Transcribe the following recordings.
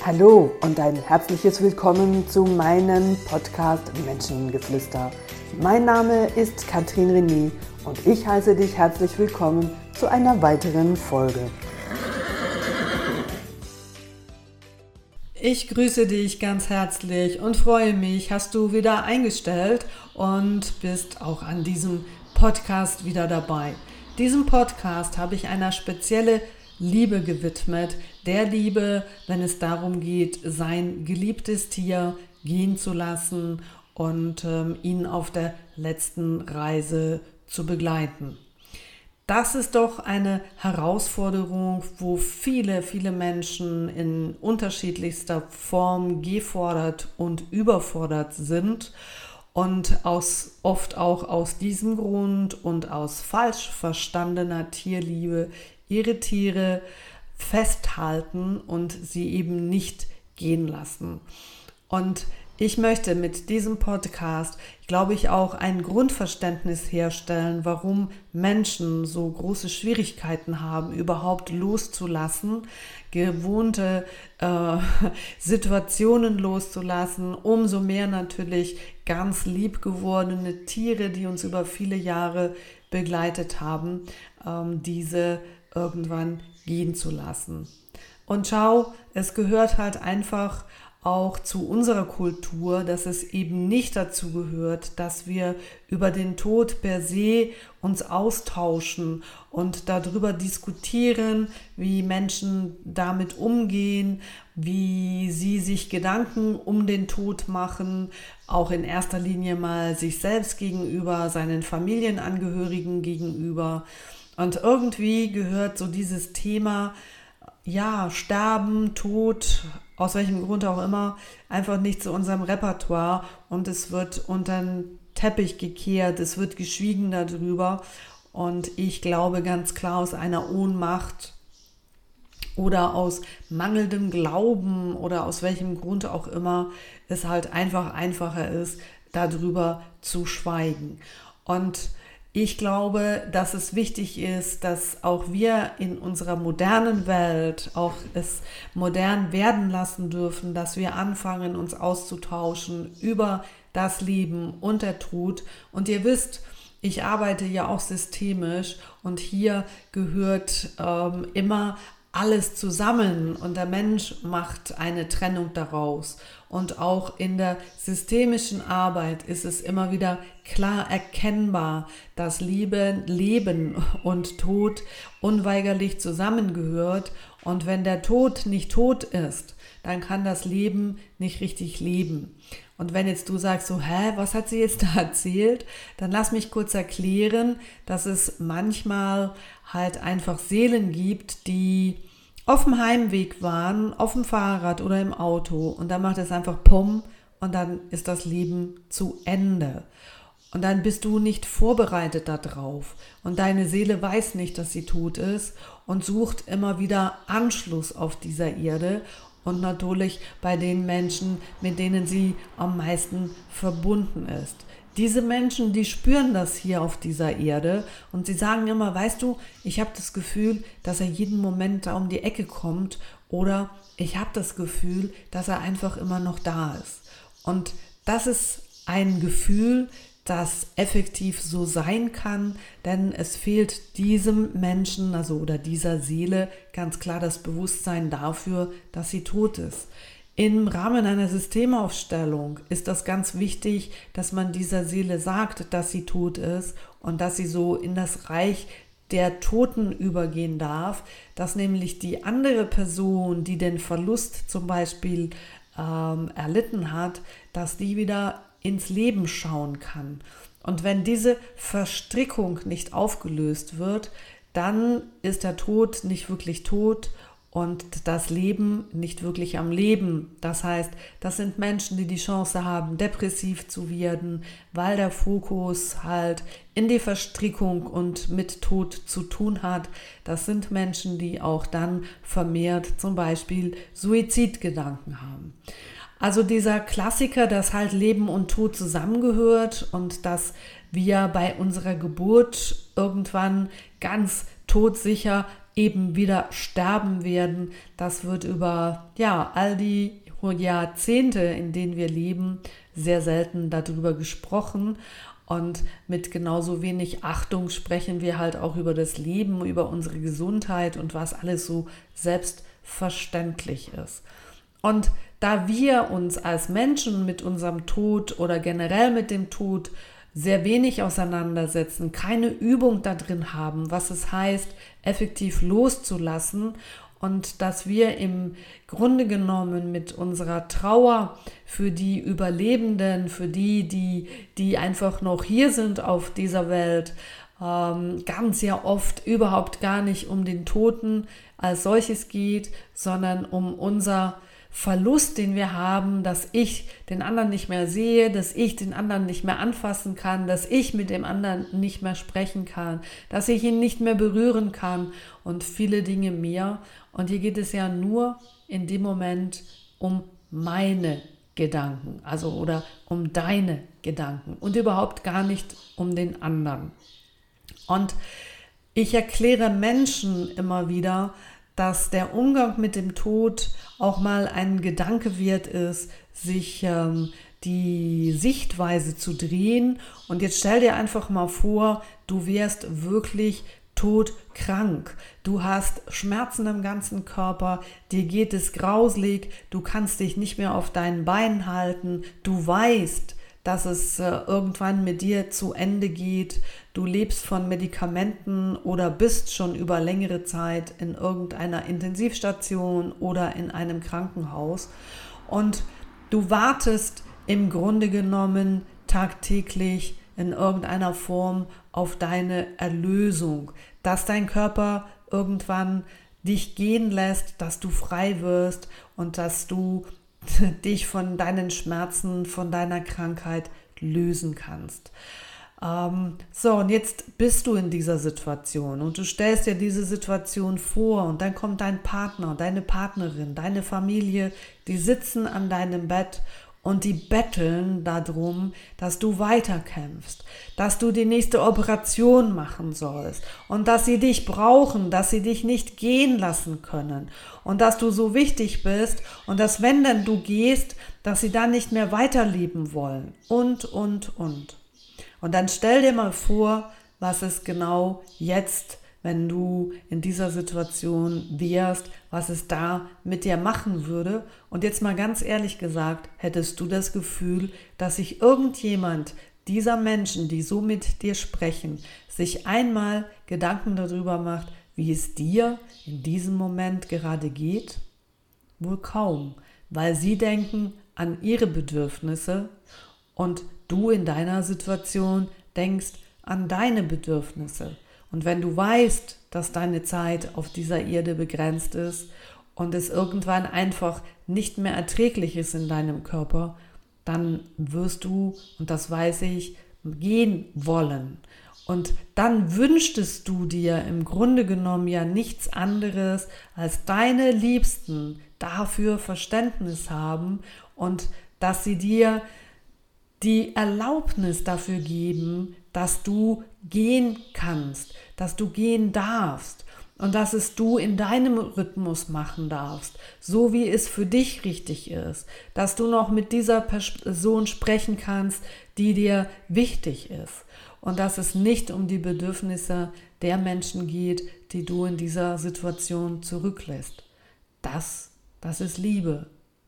Hallo und ein herzliches Willkommen zu meinem Podcast Menschengeflüster. Mein Name ist Katrin René und ich heiße dich herzlich willkommen zu einer weiteren Folge. Ich grüße dich ganz herzlich und freue mich, hast du wieder eingestellt und bist auch an diesem Podcast wieder dabei. Diesem Podcast habe ich einer spezielle Liebe gewidmet, der Liebe, wenn es darum geht, sein geliebtes Tier gehen zu lassen und ihn auf der letzten Reise zu begleiten. Das ist doch eine Herausforderung, wo viele Menschen in unterschiedlichster Form gefordert und überfordert sind und oft auch aus diesem Grund und aus falsch verstandener Tierliebe ihre Tiere festhalten und sie eben nicht gehen lassen. Und ich möchte mit diesem Podcast, glaube ich, auch ein Grundverständnis herstellen, warum Menschen so große Schwierigkeiten haben, überhaupt loszulassen, gewohnte Situationen loszulassen, umso mehr natürlich ganz lieb gewordene Tiere, die uns über viele Jahre begleitet haben, diese irgendwann gehen zu lassen. Und schau, es gehört halt einfach auch zu unserer Kultur, dass es eben nicht dazu gehört, dass wir über den Tod per se uns austauschen und darüber diskutieren, wie Menschen damit umgehen, wie sie sich Gedanken um den Tod machen, auch in erster Linie mal sich selbst gegenüber, seinen Familienangehörigen gegenüber. Und irgendwie gehört so dieses Thema, ja, Sterben, Tod, aus welchem Grund auch immer, einfach nicht zu unserem Repertoire und es wird unter den Teppich gekehrt, es wird geschwiegen darüber und ich glaube ganz klar aus einer Ohnmacht oder aus mangelndem Glauben oder aus welchem Grund auch immer es halt einfacher ist, darüber zu schweigen. Und ich glaube, dass es wichtig ist, dass auch wir in unserer modernen Welt auch es modern werden lassen dürfen, dass wir anfangen, uns auszutauschen über das Leben und der Tod. Und ihr wisst, ich arbeite ja auch systemisch und hier gehört immer alles zusammen und der Mensch macht eine Trennung daraus. Und auch in der systemischen Arbeit ist es immer wieder klar erkennbar, dass Liebe, Leben und Tod unweigerlich zusammengehört. Und wenn der Tod nicht tot ist, dann kann das Leben nicht richtig leben. Und wenn jetzt du sagst so, was hat sie jetzt da erzählt? Dann lass mich kurz erklären, dass es manchmal halt einfach Seelen gibt, die auf dem Heimweg waren, auf dem Fahrrad oder im Auto und dann macht es einfach Pum und dann ist das Leben zu Ende. Und dann bist du nicht vorbereitet darauf und deine Seele weiß nicht, dass sie tot ist und sucht immer wieder Anschluss auf dieser Erde und natürlich bei den Menschen, mit denen sie am meisten verbunden ist. Diese Menschen, die spüren das hier auf dieser Erde und sie sagen immer, weißt du, ich habe das Gefühl, dass er jeden Moment da um die Ecke kommt oder ich habe das Gefühl, dass er einfach immer noch da ist. Und das ist ein Gefühl, das effektiv so sein kann, denn es fehlt diesem Menschen, oder dieser Seele ganz klar das Bewusstsein dafür, dass sie tot ist. Im Rahmen einer Systemaufstellung ist das ganz wichtig, dass man dieser Seele sagt, dass sie tot ist und dass sie so in das Reich der Toten übergehen darf, dass nämlich die andere Person, die den Verlust zum Beispiel erlitten hat, dass die wieder ins Leben schauen kann. Und wenn diese Verstrickung nicht aufgelöst wird, dann ist der Tod nicht wirklich tot und das Leben nicht wirklich am Leben. Das heißt, das sind Menschen, die die Chance haben, depressiv zu werden, weil der Fokus halt in die Verstrickung und mit Tod zu tun hat. Das sind Menschen, die auch dann vermehrt zum Beispiel Suizidgedanken haben. Also dieser Klassiker, dass halt Leben und Tod zusammengehört und dass wir bei unserer Geburt irgendwann ganz todsicher eben wieder sterben werden. Das wird über all die Jahrzehnte, in denen wir leben, sehr selten darüber gesprochen. Und mit genauso wenig Achtung sprechen wir halt auch über das Leben, über unsere Gesundheit und was alles so selbstverständlich ist. Und da wir uns als Menschen mit unserem Tod oder generell mit dem Tod sehr wenig auseinandersetzen, keine Übung da drin haben, was es heißt, effektiv loszulassen, und dass wir im Grunde genommen mit unserer Trauer für die Überlebenden, für die einfach noch hier sind auf dieser Welt, ganz ja oft überhaupt gar nicht um den Toten als solches geht, sondern um unser Verlust, den wir haben, dass ich den anderen nicht mehr sehe, dass ich den anderen nicht mehr anfassen kann, dass ich mit dem anderen nicht mehr sprechen kann, dass ich ihn nicht mehr berühren kann und viele Dinge mehr. Und hier geht es ja nur in dem Moment um meine Gedanken, also oder um deine Gedanken und überhaupt gar nicht um den anderen. Und ich erkläre Menschen immer wieder, dass der Umgang mit dem Tod auch mal ein Gedanke wert ist, sich die Sichtweise zu drehen. Und jetzt stell dir einfach mal vor, du wärst wirklich todkrank. Du hast Schmerzen im ganzen Körper, dir geht es grauslig, du kannst dich nicht mehr auf deinen Beinen halten, du weißt, dass es irgendwann mit dir zu Ende geht. Du lebst von Medikamenten oder bist schon über längere Zeit in irgendeiner Intensivstation oder in einem Krankenhaus. Und du wartest im Grunde genommen tagtäglich in irgendeiner Form auf deine Erlösung, dass dein Körper irgendwann dich gehen lässt, dass du frei wirst und dass du dich von deinen Schmerzen, von deiner Krankheit lösen kannst. Und jetzt bist du in dieser Situation und du stellst dir diese Situation vor und dann kommt dein Partner, deine Partnerin, deine Familie, die sitzen an deinem Bett und die betteln darum, dass du weiterkämpfst, dass du die nächste Operation machen sollst und dass sie dich brauchen, dass sie dich nicht gehen lassen können und dass du so wichtig bist und dass, wenn dann du gehst, dass sie dann nicht mehr weiterleben wollen und. Und dann stell dir mal vor, was es genau jetzt, wenn du in dieser Situation wärst, was es da mit dir machen würde. Und jetzt mal ganz ehrlich gesagt, hättest du das Gefühl, dass sich irgendjemand dieser Menschen, die so mit dir sprechen, sich einmal Gedanken darüber macht, wie es dir in diesem Moment gerade geht? Wohl kaum, weil sie denken an ihre Bedürfnisse und du in deiner Situation denkst an deine Bedürfnisse. Und wenn du weißt, dass deine Zeit auf dieser Erde begrenzt ist und es irgendwann einfach nicht mehr erträglich ist in deinem Körper, dann wirst du, und das weiß ich, gehen wollen. Und dann wünschtest du dir im Grunde genommen ja nichts anderes, als deine Liebsten dafür Verständnis haben und dass sie dir die Erlaubnis dafür geben, dass du gehen kannst, dass du gehen darfst und dass es du in deinem Rhythmus machen darfst, so wie es für dich richtig ist, dass du noch mit dieser Person sprechen kannst, die dir wichtig ist und dass es nicht um die Bedürfnisse der Menschen geht, die du in dieser Situation zurücklässt. Das ist Liebe.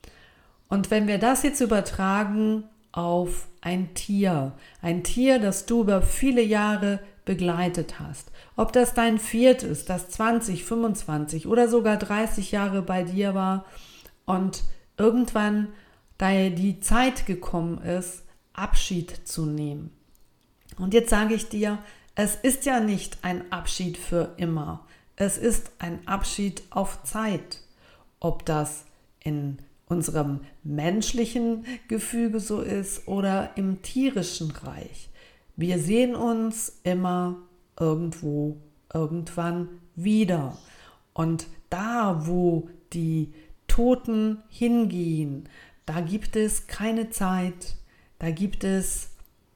Und wenn wir das jetzt übertragen auf ein Tier, das du über viele Jahre begleitet hast. Ob das dein Pferd ist, das 20, 25 oder sogar 30 Jahre bei dir war und irgendwann die Zeit gekommen ist, Abschied zu nehmen. Und jetzt sage ich dir, es ist ja nicht ein Abschied für immer. Es ist ein Abschied auf Zeit. Ob das in unserem menschlichen Gefüge so ist oder im tierischen Reich. Wir sehen uns immer irgendwo, irgendwann wieder. Und da, wo die Toten hingehen, da gibt es keine Zeit, da gibt es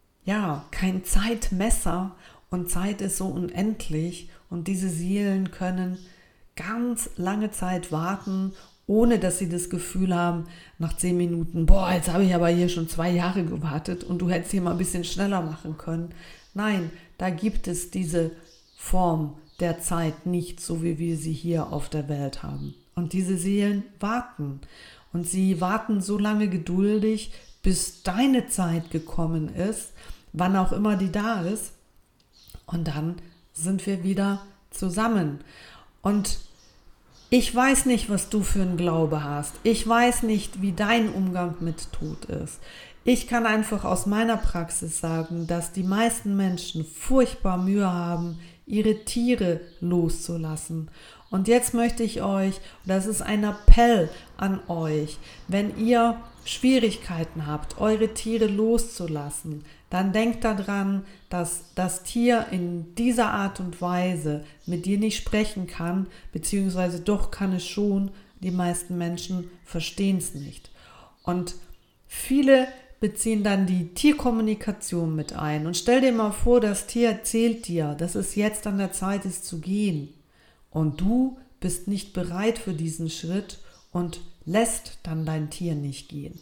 kein Zeitmesser und Zeit ist so unendlich und diese Seelen können ganz lange Zeit warten, ohne dass sie das Gefühl haben, nach 10 Minuten, boah, jetzt habe ich aber hier schon 2 Jahre gewartet und du hättest hier mal ein bisschen schneller machen können. Nein, da gibt es diese Form der Zeit nicht, so wie wir sie hier auf der Welt haben. Und diese Seelen warten. Und sie warten so lange geduldig, bis deine Zeit gekommen ist, wann auch immer die da ist. Und dann sind wir wieder zusammen. Und ich weiß nicht, was du für einen Glaube hast. Ich weiß nicht, wie dein Umgang mit Tod ist. Ich kann einfach aus meiner Praxis sagen, dass die meisten Menschen furchtbar Mühe haben, ihre Tiere loszulassen. Und jetzt möchte ich euch, das ist ein Appell an euch, wenn ihr Schwierigkeiten habt, eure Tiere loszulassen, dann denkt daran, dass das Tier in dieser Art und Weise mit dir nicht sprechen kann, beziehungsweise doch kann es schon, die meisten Menschen verstehen es nicht. Und viele beziehen dann die Tierkommunikation mit ein. Und stell dir mal vor, das Tier erzählt dir, dass es jetzt an der Zeit ist zu gehen. Und du bist nicht bereit für diesen Schritt und lässt dann dein Tier nicht gehen.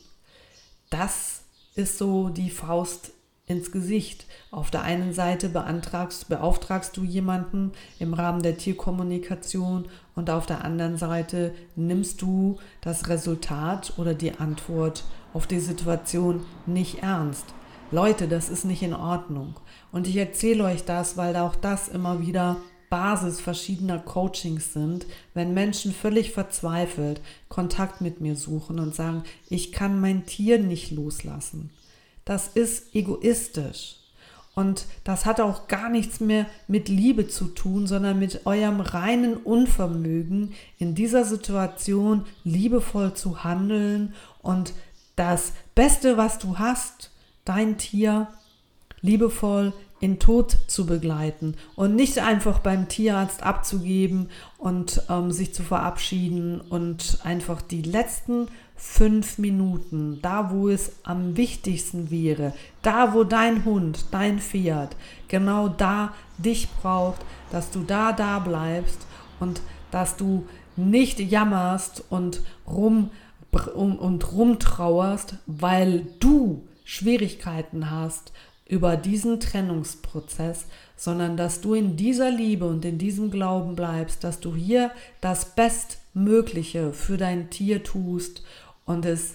Das ist so die Faust ins Gesicht. Auf der einen Seite beauftragst du jemanden im Rahmen der Tierkommunikation und auf der anderen Seite nimmst du das Resultat oder die Antwort auf die Situation nicht ernst. Leute, das ist nicht in Ordnung. Und ich erzähle euch das, weil auch das immer wieder Basis verschiedener Coachings sind, wenn Menschen völlig verzweifelt Kontakt mit mir suchen und sagen, ich kann mein Tier nicht loslassen. Das ist egoistisch und das hat auch gar nichts mehr mit Liebe zu tun, sondern mit eurem reinen Unvermögen, in dieser Situation liebevoll zu handeln und das Beste, was du hast, dein Tier liebevoll in Tod zu begleiten und nicht einfach beim Tierarzt abzugeben und sich zu verabschieden und einfach die letzten 5 Minuten, da wo es am wichtigsten wäre, da wo dein Hund, dein Pferd genau da dich braucht, dass du da bleibst und dass du nicht jammerst und rumtrauerst, weil du Schwierigkeiten hast über diesen Trennungsprozess, sondern dass du in dieser Liebe und in diesem Glauben bleibst, dass du hier das Bestmögliche für dein Tier tust und es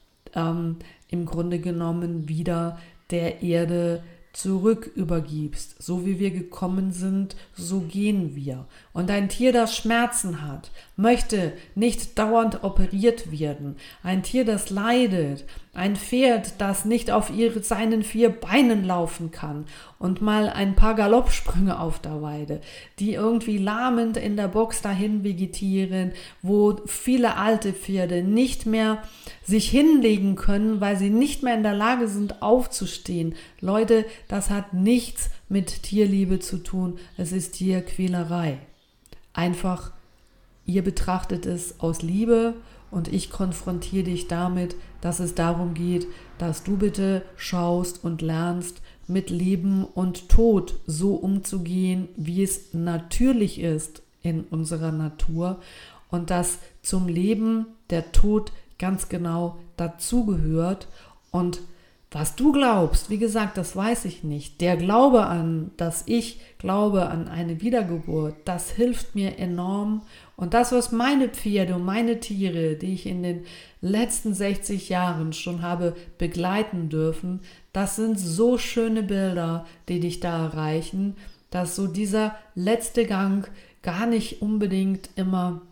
im Grunde genommen wieder der Erde zurück übergibst. So wie wir gekommen sind, so gehen wir. Und ein Tier, das Schmerzen hat, möchte nicht dauernd operiert werden. Ein Tier, das leidet. Ein Pferd, das nicht auf seinen 4 Beinen laufen kann und mal ein paar Galoppsprünge auf der Weide, die irgendwie lahmend in der Box dahin vegetieren, wo viele alte Pferde nicht mehr sich hinlegen können, weil sie nicht mehr in der Lage sind, aufzustehen. Leute, das hat nichts mit Tierliebe zu tun, es ist Tierquälerei. Einfach, ihr betrachtet es aus Liebe und ich konfrontiere dich damit, dass es darum geht, dass du bitte schaust und lernst, mit Leben und Tod so umzugehen, wie es natürlich ist in unserer Natur und dass zum Leben der Tod ganz genau dazugehört. Und was du glaubst, wie gesagt, das weiß ich nicht. Der Glaube dass ich glaube an eine Wiedergeburt, das hilft mir enorm. Und das, was meine Pferde und meine Tiere, die ich in den letzten 60 Jahren schon habe begleiten dürfen, das sind so schöne Bilder, die dich da erreichen, dass so dieser letzte Gang gar nicht unbedingt immer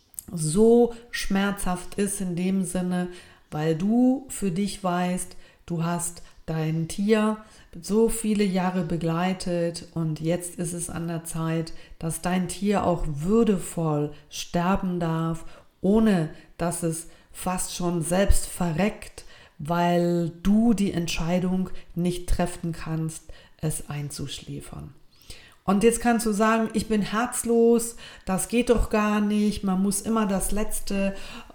so schmerzhaft ist in dem Sinne, weil du für dich weißt, du hast dein Tier so viele Jahre begleitet und jetzt ist es an der Zeit, dass dein Tier auch würdevoll sterben darf, ohne dass es fast schon selbst verreckt, weil du die Entscheidung nicht treffen kannst, es einzuschläfern. Und jetzt kannst du sagen, ich bin herzlos, das geht doch gar nicht, man muss immer das Letzte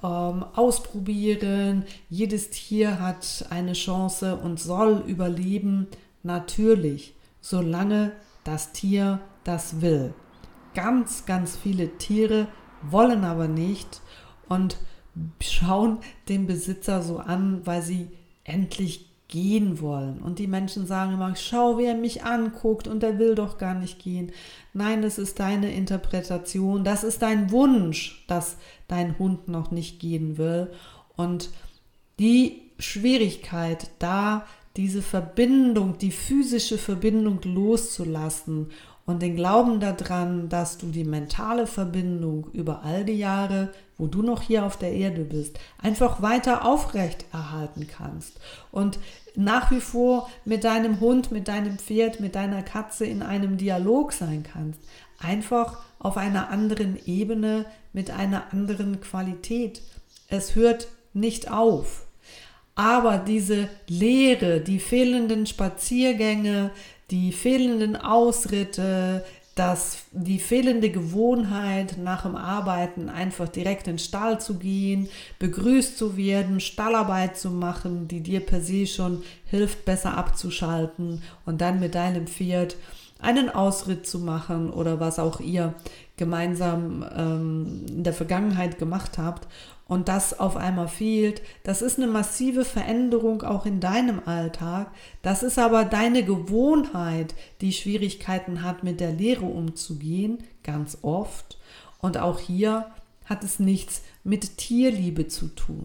ausprobieren, jedes Tier hat eine Chance und soll überleben, natürlich, solange das Tier das will. Ganz, ganz viele Tiere wollen aber nicht und schauen den Besitzer so an, weil sie endlich gehen wollen. Und die Menschen sagen immer, schau, wie er mich anguckt und er will doch gar nicht gehen. Nein, das ist deine Interpretation, das ist dein Wunsch, dass dein Hund noch nicht gehen will. Und die Schwierigkeit, da diese Verbindung, die physische Verbindung loszulassen und den Glauben daran, dass du die mentale Verbindung über all die Jahre, wo du noch hier auf der Erde bist, einfach weiter aufrecht erhalten kannst und nach wie vor mit deinem Hund, mit deinem Pferd, mit deiner Katze in einem Dialog sein kannst. Einfach auf einer anderen Ebene, mit einer anderen Qualität. Es hört nicht auf. Aber diese Leere, die fehlenden Spaziergänge, die fehlenden Ausritte, die fehlende Gewohnheit, nach dem Arbeiten einfach direkt in den Stall zu gehen, begrüßt zu werden, Stallarbeit zu machen, die dir per se schon hilft, besser abzuschalten und dann mit deinem Pferd einen Ausritt zu machen oder was auch ihr gemeinsam in der Vergangenheit gemacht habt und das auf einmal fehlt, das ist eine massive Veränderung auch in deinem Alltag. Das ist aber deine Gewohnheit, die Schwierigkeiten hat, mit der Leere umzugehen, ganz oft. Und auch hier hat es nichts mit Tierliebe zu tun.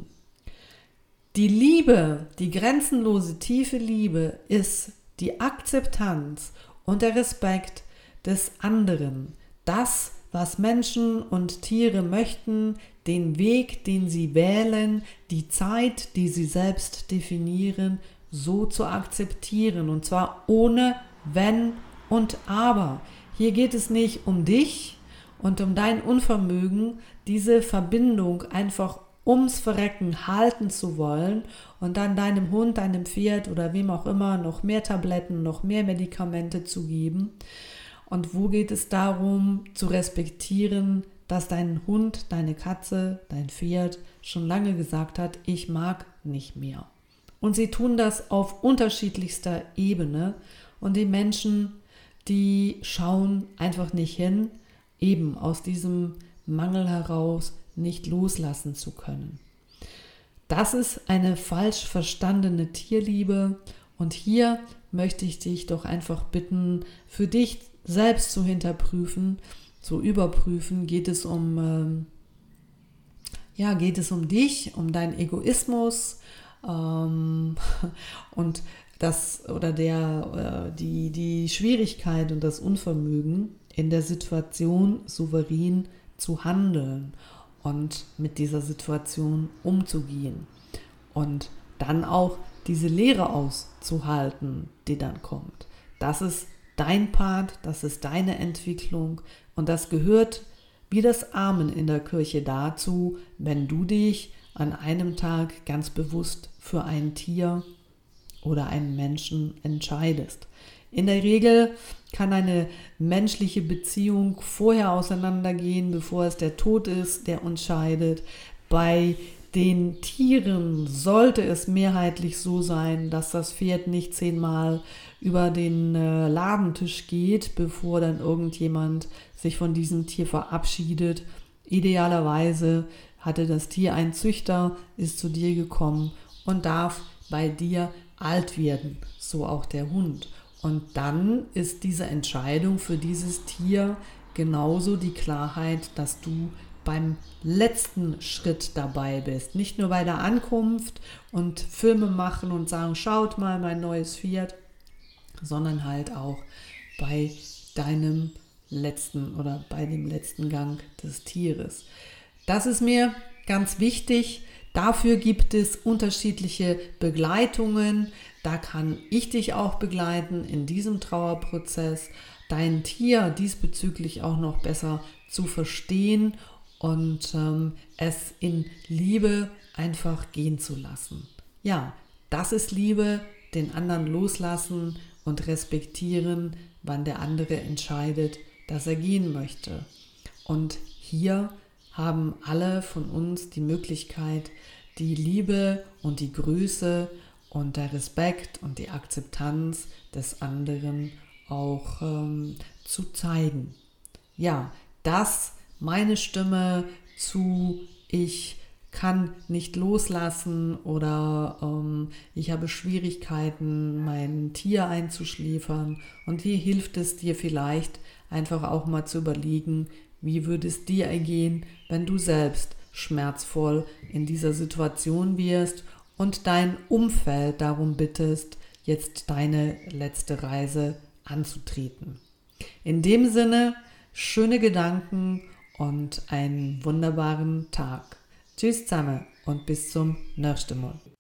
Die Liebe, die grenzenlose, tiefe Liebe ist die Akzeptanz und der Respekt des anderen. Das, was Menschen und Tiere möchten, den Weg, den sie wählen, die Zeit, die sie selbst definieren, so zu akzeptieren. Und zwar ohne Wenn und Aber. Hier geht es nicht um dich und um dein Unvermögen, diese Verbindung einfach ums Verrecken halten zu wollen und dann deinem Hund, deinem Pferd oder wem auch immer noch mehr Tabletten, noch mehr Medikamente zu geben. Und wo geht es darum, zu respektieren, dass dein Hund, deine Katze, dein Pferd schon lange gesagt hat, ich mag nicht mehr. Und sie tun das auf unterschiedlichster Ebene und die Menschen, die schauen einfach nicht hin, eben aus diesem Mangel heraus nicht loslassen zu können. Das ist eine falsch verstandene Tierliebe und hier möchte ich dich doch einfach bitten, für dich selbst zu hinterprüfen, zu überprüfen, geht es um dich, um deinen Egoismus und das oder die Schwierigkeit und das Unvermögen in der Situation souverän zu handeln und mit dieser Situation umzugehen und dann auch diese Leere auszuhalten, die dann kommt. Das ist dein Part, das ist deine Entwicklung und das gehört wie das Amen in der Kirche dazu, wenn du dich an einem Tag ganz bewusst für ein Tier oder einen Menschen entscheidest. In der Regel kann eine menschliche Beziehung vorher auseinandergehen, bevor es der Tod ist, der uns scheidet. Bei den Tieren sollte es mehrheitlich so sein, dass das Pferd nicht 10-mal über den Ladentisch geht, bevor dann irgendjemand sich von diesem Tier verabschiedet. Idealerweise hatte das Tier einen Züchter, ist zu dir gekommen und darf bei dir alt werden, so auch der Hund. Und dann ist diese Entscheidung für dieses Tier genauso die Klarheit, dass du beim letzten Schritt dabei bist. Nicht nur bei der Ankunft und Filme machen und sagen, schaut mal mein neues Pferd, sondern halt auch bei deinem letzten oder bei dem letzten Gang des Tieres. Das ist mir ganz wichtig. Dafür gibt es unterschiedliche Begleitungen. Da kann ich dich auch begleiten in diesem Trauerprozess, dein Tier diesbezüglich auch noch besser zu verstehen und es in Liebe einfach gehen zu lassen. Ja, das ist Liebe, den anderen loslassen und respektieren, wann der andere entscheidet, dass er gehen möchte. Und hier haben alle von uns die Möglichkeit, die Liebe und die Größe und der Respekt und die Akzeptanz des anderen auch zu zeigen. Ja, das meine Stimme zu ich kann nicht loslassen oder ich habe Schwierigkeiten, mein Tier einzuschläfern. Und wie hilft es dir vielleicht, einfach auch mal zu überlegen, wie würde es dir ergehen, wenn du selbst schmerzvoll in dieser Situation wirst und dein Umfeld darum bittest, jetzt deine letzte Reise anzutreten. In dem Sinne, schöne Gedanken und einen wunderbaren Tag. Tschüss zusammen und bis zum nächsten Mal.